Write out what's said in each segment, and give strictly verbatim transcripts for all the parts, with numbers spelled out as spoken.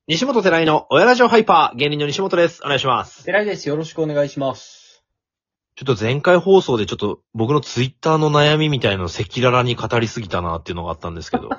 西本寺井の親ラジオハイパー、芸人の西本です。お願いします。 寺井です。よろしくお願いします。 ちょっと前回放送でちょっと僕のツイッターの悩みみたいなのを赤裸々に語りすぎたなっていうのがあったんですけど。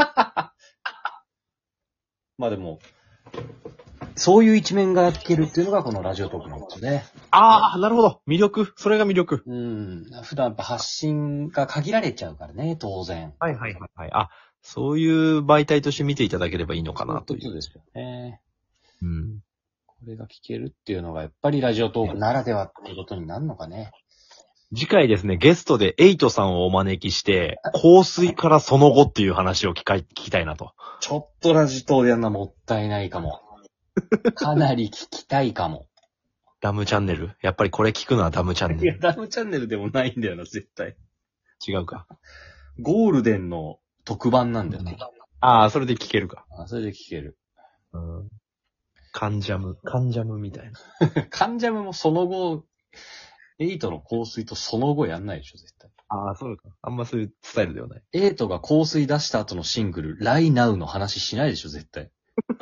まあでも、そういう一面が聞けるっていうのがこのラジオトークなんですよね。 ああ、なるほど。魅力。それが魅力。 うん。普段やっぱ発信が限られちゃうからね、当然。 はいはいはい、はい。あ、そういう媒体として見ていただければいいのかなという。 そうですよね。 うん。 これが聞けるっていうのがやっぱりラジオトークならではってことになるのかね。 次回ですね、ゲストでエイトさんをお招きして、香水からその後っていう話を聞かい聞きたいなと。 ちょっとラジトーでやんなもったいないかも。かなり聞きたいかも。 ダムチャンネル。やっぱりこれ聞くのはダムチャンネいや、 ル。 ダムチャンネルでもないんだよな、絶対。 違うか。 ゴールデンの特番なんだよね。 ああ、それで聞けるか。 あ、それで聞ける。 うん。カンジャム、カンジャムみたいな。 カンジャムもその後、エイトの香水とその後やんないでしょ、絶対。 ああ、そうか。あんまそういうスタイルではない。 エイトが香水出した後のシングル、ライナウの話しないでしょ、絶対。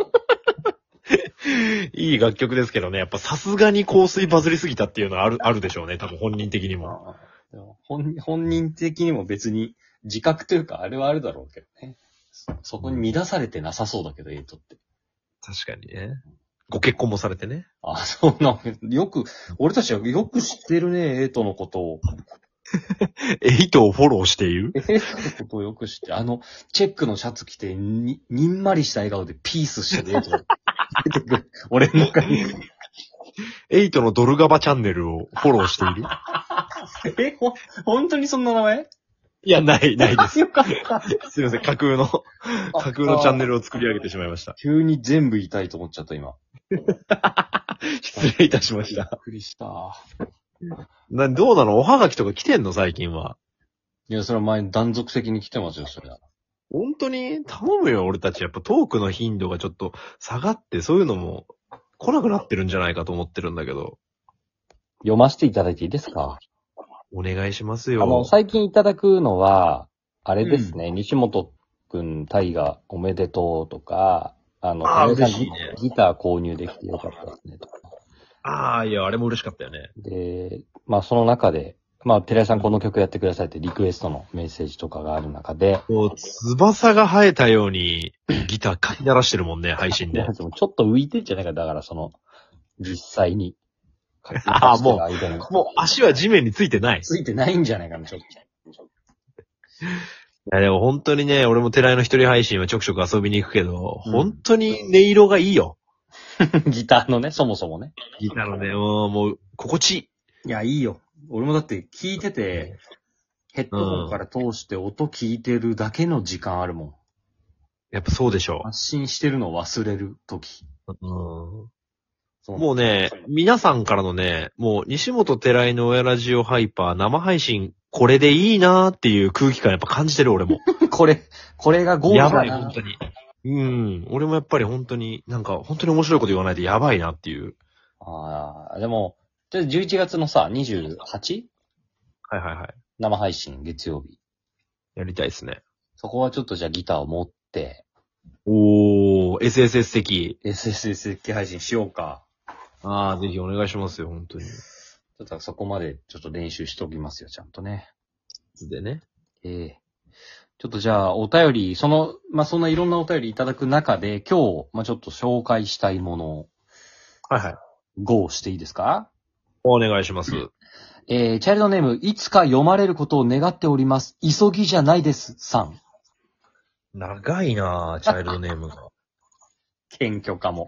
いい楽曲ですけどね、やっぱさすがに香水バズりすぎたっていうのはある、あるでしょうね。多分本人的にも。 でも本本人的にも別に自覚というかあれはあるだろうけどね。そそこに乱されてなさそうだけど、エイトって。 確かにね。ご結婚もされてね。 あ、そうなの。よく、俺たちはよく知ってるね、エイトのことを。 エイトをフォローしているエイトのことをよく知って、あの、チェックのシャツ着て、に、にんまりした笑顔でピースしてるエイトが出てくる。俺の中に。 エイトのドルガバチャンネルをフォローしているえ、ほ、本当にそんな名前いや、ない、ないです。 よかった。 すいません、架空の、架空のチャンネルを作り上げてしまいました。 急に全部言いたいと思っちゃった、今。 失礼いたしましびったくりした。 な、どうなのおはがきとか来てんの最近は。 いや、それは前断続的に来てますよ、それは。 本当に頼むよ、俺たち。やっぱトークの頻度がちょっと下がって、そういうのも来なくなってるんじゃないかと思ってるんだけど。 読ませていただいていいですか？ お願いしますよ。 あの、最近いただくのは、あれですね、西本くん、タイガおめでとうとか、あの、 あー寺井さん嬉しいねギター購入できてよかったですね、とか。 ああ、いや、あれも嬉しかったよね。 で、まあその中で、まあ寺井さんこの曲やってくださいってリクエストのメッセージとかがある中で、 もう、翼が生えたように、ギターかき鳴らしてるもんね、配信で。 ちょっと浮いてんじゃないか、だからその、実際に。 あーもう間にもう足は地面についてない。 ついてないんじゃないかな、ちょっいや、でも本当にね、俺も寺井の一人配信はちょくちょく遊びに行くけど、 うん本当に音色がいいよ。 と。ギターのね、そもそもね。 ギターのね、もう、もう心地いい。 いや、いいよ。俺もだって聞いてて、ヘッドホンから通して音聞いてるだけの時間あるもん。 やっぱそうでしょ発信してるのを忘れるとき。 う。うんそうもうね、皆さんからのね、もう西本寺井の親ラジオハイパー生配信、これでいいなーっていう空気感やっぱ感じてる俺も。 これ、これがゴールだな。 やばい、本当に。うん。俺もやっぱり本当に、なんか本当に面白いこと言わないでやばいなっていう。 ああ、でも、じゃあじゅういちがつのさ、にじゅうはち? はいはいはい。 生配信、月曜日。 やりたいですね。 そこはちょっとじゃあギターを持って、 おー、エスエスエス 的。 エスエスエス 的配信しようか。 あー、ぜひお願いしますよ、本当に。 ちょっとそこまでちょっと練習しておきますよ、ちゃんとね。 でね。 ええちょっとじゃあ、お便り、その、まあ、そんないろんなお便りいただく中で、今日、まあ、ちょっと紹介したいものを、 はいはい。 ゴーしていいですか？ お願いします。 えー、チャイルドネーム、いつか読まれることを願っております。急ぎじゃないです、さん。 長いなぁ、チャイルドネームが。 謙虚かも。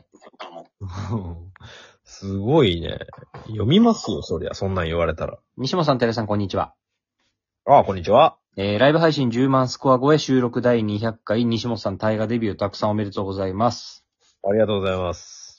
すごいね。読みますよ、そりゃ。そんなん言われたら。 西本さん、テレさん、こんにちは。 ああ、こんにちは。 えー、ライブ配信じゅうまんスコア超え収録だいにひゃっかい、西本さん、大河デビューたくさんおめでとうございます。 ありがとうございます。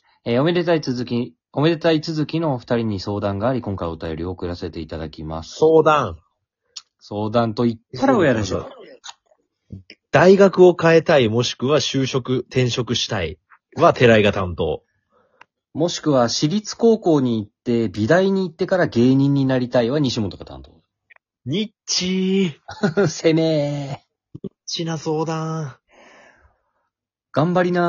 えー、おめでたい続き、おめでたい続きのお二人に相談があり、今回お便りを送らせていただきます。 相談。 相談と言ったら親でしょ。 大学を変えたい、もしくは就職、転職したいは寺井が担当。 もしくは私立高校に行って、美大に行ってから芸人になりたいは西本が担当。 ニッチー。 攻めー。 ニッチな相談。 頑張りなーっ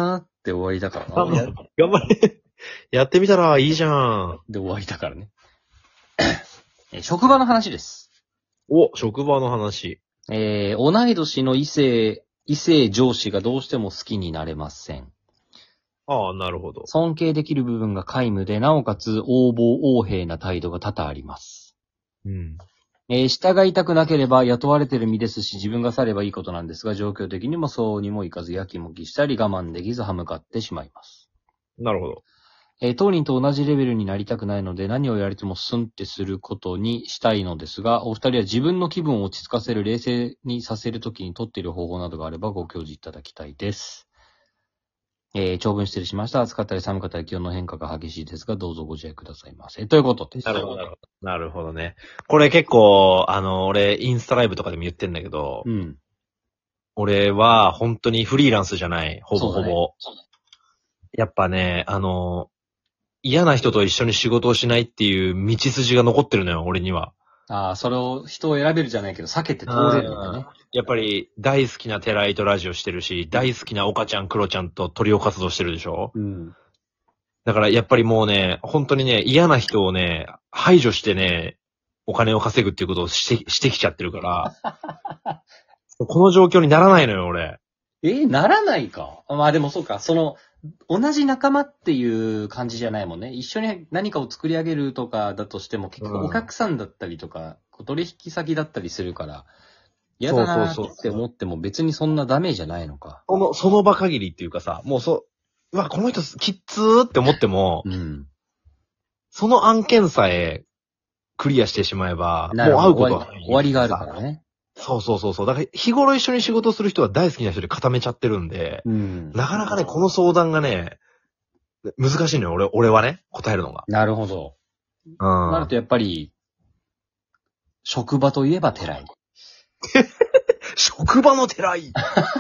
で終わりだから頑張な。 れ。頑張れ。やってみたらいいじゃん。 で終わりだからね。えー職場の話です。 お、職場の話。 えー、同い年の異性、異性上司がどうしても好きになれません。 ああ、なるほど。 尊敬できる部分が皆無で、なおかつ横暴横柄な態度が多々あります。 うん。 えー、従いたくなければ雇われてる身ですし、自分が去ればいいことなんですが、状況的にもそうにもいかず、やきもきしたり我慢できず歯向かってしまいます。 なるほど。 えー当人と同じレベルになりたくないので、何をやれてもスンってすることにしたいのですが、お二人は自分の気分を落ち着かせる、冷静にさせるときに取っている方法などがあればご教示いただきたいです。えー長文失礼しました。暑かったり寒かったり気温の変化が激しいですが、どうぞご自愛くださいませ。ということです。 なるほど、なるほど。なるほどね。これ結構、あの、俺、インスタライブとかでも言ってんだけど、 うん。 俺は本当にフリーランスじゃない。ほぼほそうだねぼ。やっぱね、あの、嫌な人と一緒に仕事をしないっていう道筋が残ってるのよ、俺には。 ああ、それを人を選べるじゃないけど、避けて通れるんだね。 やっぱり大好きな寺井とラジオしてるし、大好きな岡ちゃん、クロちゃんとトリオ活動してるでしょ。 うん。 だからやっぱりもうね、本当にね、嫌な人をね、排除してね、お金を稼ぐっていうことをして、してきちゃってるから、この状況にならないのよ、俺。 えーならないか。まあでもそうか、その、同じ仲間っていう感じじゃないもんね。一緒に何かを作り上げるとかだとしても、結局お客さんだったりとか、取引先だったりするから、嫌だなそうそうそうーって思っても別にそんなダメじゃないのか。 その、その場限りっていうかさ、もうそ、うわ、この人きっつーって思っても、 うん。 その案件さえクリアしてしまえば、もうなるほど会うことは終わり終わりがあるからね。 そうそうそうそう。だから日頃一緒に仕事する人は大好きな人で固めちゃってるんで、 うん。 なかなかね、この相談がね、難しいのよ、俺、俺はね、答えるのが。 なるほど。 うん。 なるとやっぱり、職場といえば寺井。 職場の寺井。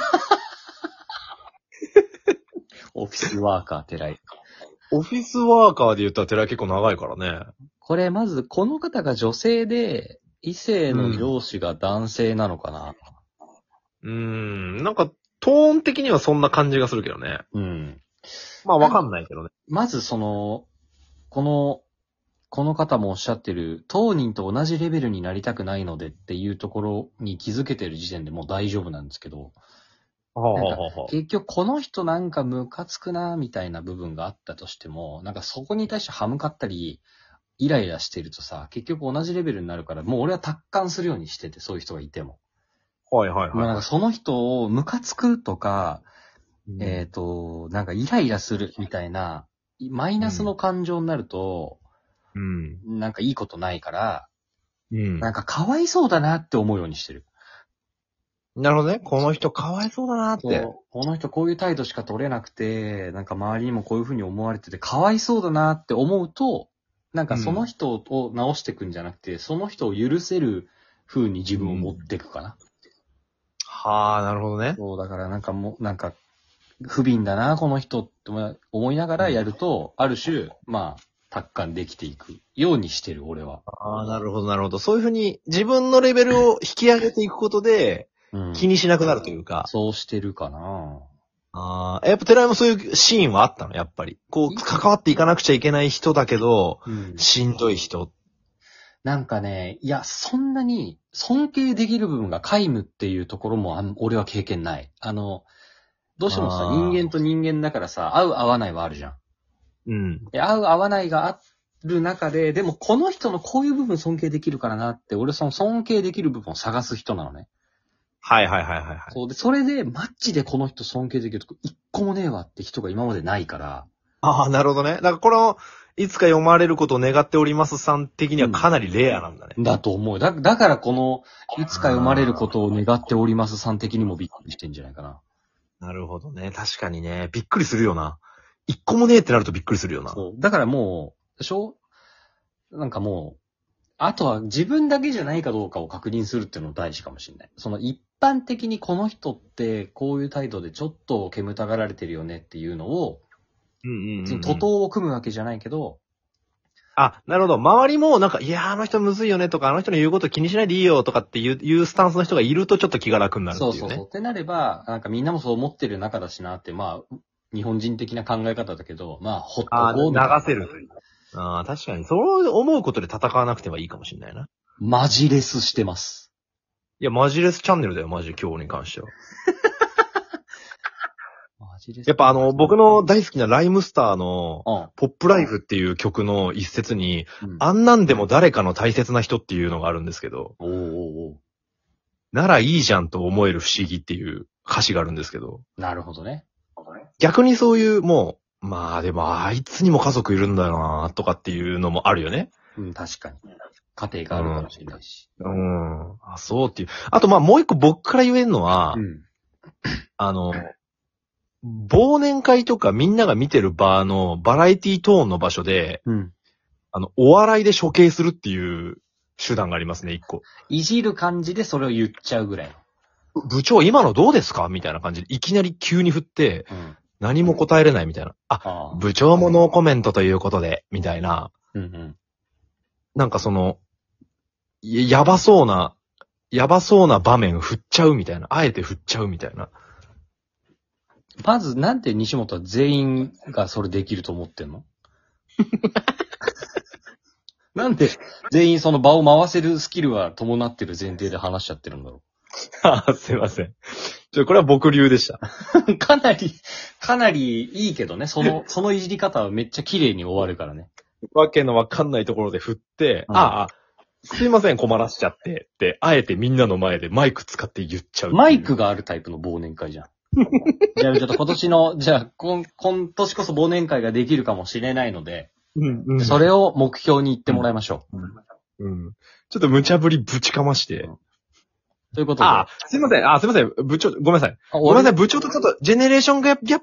オフィスワーカー寺井。 オフィスワーカーで言ったら寺井結構長いからね。 これまず、この方が女性で、異性の上司が男性なのかな。 うーん、なんか、トーン的にはそんな感じがするけどね。 うん。 まあわかんないけどね。 まずその、この、この方もおっしゃってる、当人と同じレベルになりたくないのでっていうところに気づけてる時点でもう大丈夫なんですけど、 はあ、 なんかはあはあ、 結局この人なんかムカつくなみたいな部分があったとしても、なんかそこに対して歯向かったり、イライラしてるとさ、結局同じレベルになるから、もう俺は達観するようにしてて、そういう人がいても。 はいはいはい。 まあなんかその人をムカつくとか、 うんえっ、と、なんかイライラするみたいな、マイナスの感情になると、 うん。 なんかいいことないから、 うん。 なんかかわいそうだなって思うようにしてる。 なるほどね。この人かわいそうだなって。 そうこの人こういう態度しか取れなくて、なんか周りにもこういう風に思われてて、かわいそうだなって思うと、なんかその人を直していくんじゃなくて、その人を許せる風に自分を持っていくかな。 はあ、なるほどね。 そう、だからなんかもう、なんか、不憫だな、この人って思いながらやると、ある種、まあ、達観できていくようにしてる、俺は。 ああ、なるほどなるほど。そういうふうに自分のレベルを引き上げていくことで、 うん。 気にしなくなるというか。 そうしてるかな。 ああ、やっぱ寺井もそういうシーンはあったの、やっぱり。こう、関わっていかなくちゃいけない人だけど、 うん。 しんどい人。 なんかね、いや、そんなに尊敬できる部分が皆無っていうところもあん俺は経験ない。あの、どうしてもさ、 あー人間と人間だからさ、合う合わないはあるじゃん。 うん。 で合う合わないがある中で、でもこの人のこういう部分尊敬できるからなって、俺その尊敬できる部分を探す人なのね。 はいはいはいはいはい。 そうで、それでマッチでこの人尊敬できるとこ一個もねえわって人が今までないから。 ああ、なるほどね。だからこの、いつか読まれることを願っておりますさん的にはかなりレアなんだね。 だと思う。だ、だからこの、いつか読まれることを願っておりますさん的にもびっくりしてんじゃないかな。 なるほどね。確かにね。びっくりするよな。一個もねえってなるとびっくりするよな。 そう。だからもう、でしょなんかもう、あとは自分だけじゃないかどうかを確認するっていうのも大事かもしれない。その一般的にこの人ってこういう態度でちょっと煙たがられてるよねっていうのを、 うんうんうん、うん。 徒党を組むわけじゃないけど、 あ、なるほど。周りもなんか、いやーあの人むずいよねとか、あの人の言うこと気にしないでいいよとかっていういうスタンスの人がいるとちょっと気が楽になるっていうね。 そうそうそう。ってなれば、なんかみんなもそう思ってる中だしなって、まあ、 日本人的な考え方だけど、まあ、ほっとあこうみたいな。 流せるという。ああ、確かに。そう思うことで戦わなくてはいいかもしれないな。 マジレスしてます。 いや、マジレスチャンネルだよ、マジ、今日に関しては。 マジレス。 やっぱあの、僕の大好きなライムスターの、 うん、 ポップライフっていう曲の一節に、 うん。 あんなんでも誰かの大切な人っていうのがあるんですけど、 おうおうおう。 ならいいじゃんと思える不思議っていう歌詞があるんですけど、 なるほどね。 逆にそういう、もう、まあでもあいつにも家族いるんだよなとかっていうのもあるよね。 うん、確かに。家庭があるかもしれないし。 うん。あ、そうっていう。あとまあもう一個僕から言えるのは、 うん。 あの、忘年会とかみんなが見てる場のバラエティトーンの場所で、 うん。 あの、お笑いで処刑するっていう手段がありますね、一個。 いじる感じでそれを言っちゃうぐらい。 部長今のどうですかみたいな感じで、いきなり急に振って、 うん。 何も答えれないみたいな。あ、 ああ。 部長もノーコメントということで、みたいな。 うんうん。 なんかその、ややばそうな、やばそうな場面振っちゃうみたいな。あえて振っちゃうみたいな。 まず、なんで西本は全員がそれできると思ってんの？なんで全員その場を回せるスキルは伴ってる前提で話しちゃってるんだろあすいません。ちょ、これは僕流でした。 う。かなり、かなりいいけどね。その、そのいじり方はめっちゃ綺麗に終わるからね。 わけのわかんないところで振って、 うんああ、すいません、困らしちゃって、って、あえてみんなの前でマイク使って言っちゃうっていう。 マイクがあるタイプの忘年会じゃん。じゃあちょっと今年の、じゃあ今、今年こそ忘年会ができるかもしれないので、 うんうん、 それを目標に言ってもらいましょう。 うん。ちょっと無茶ぶりぶちかまして。 うんということで。 ああ、すいません。あ、すいません。部長、ごめんなさい。 あごめんなさい。部長とちょっとジェネレーションギャップ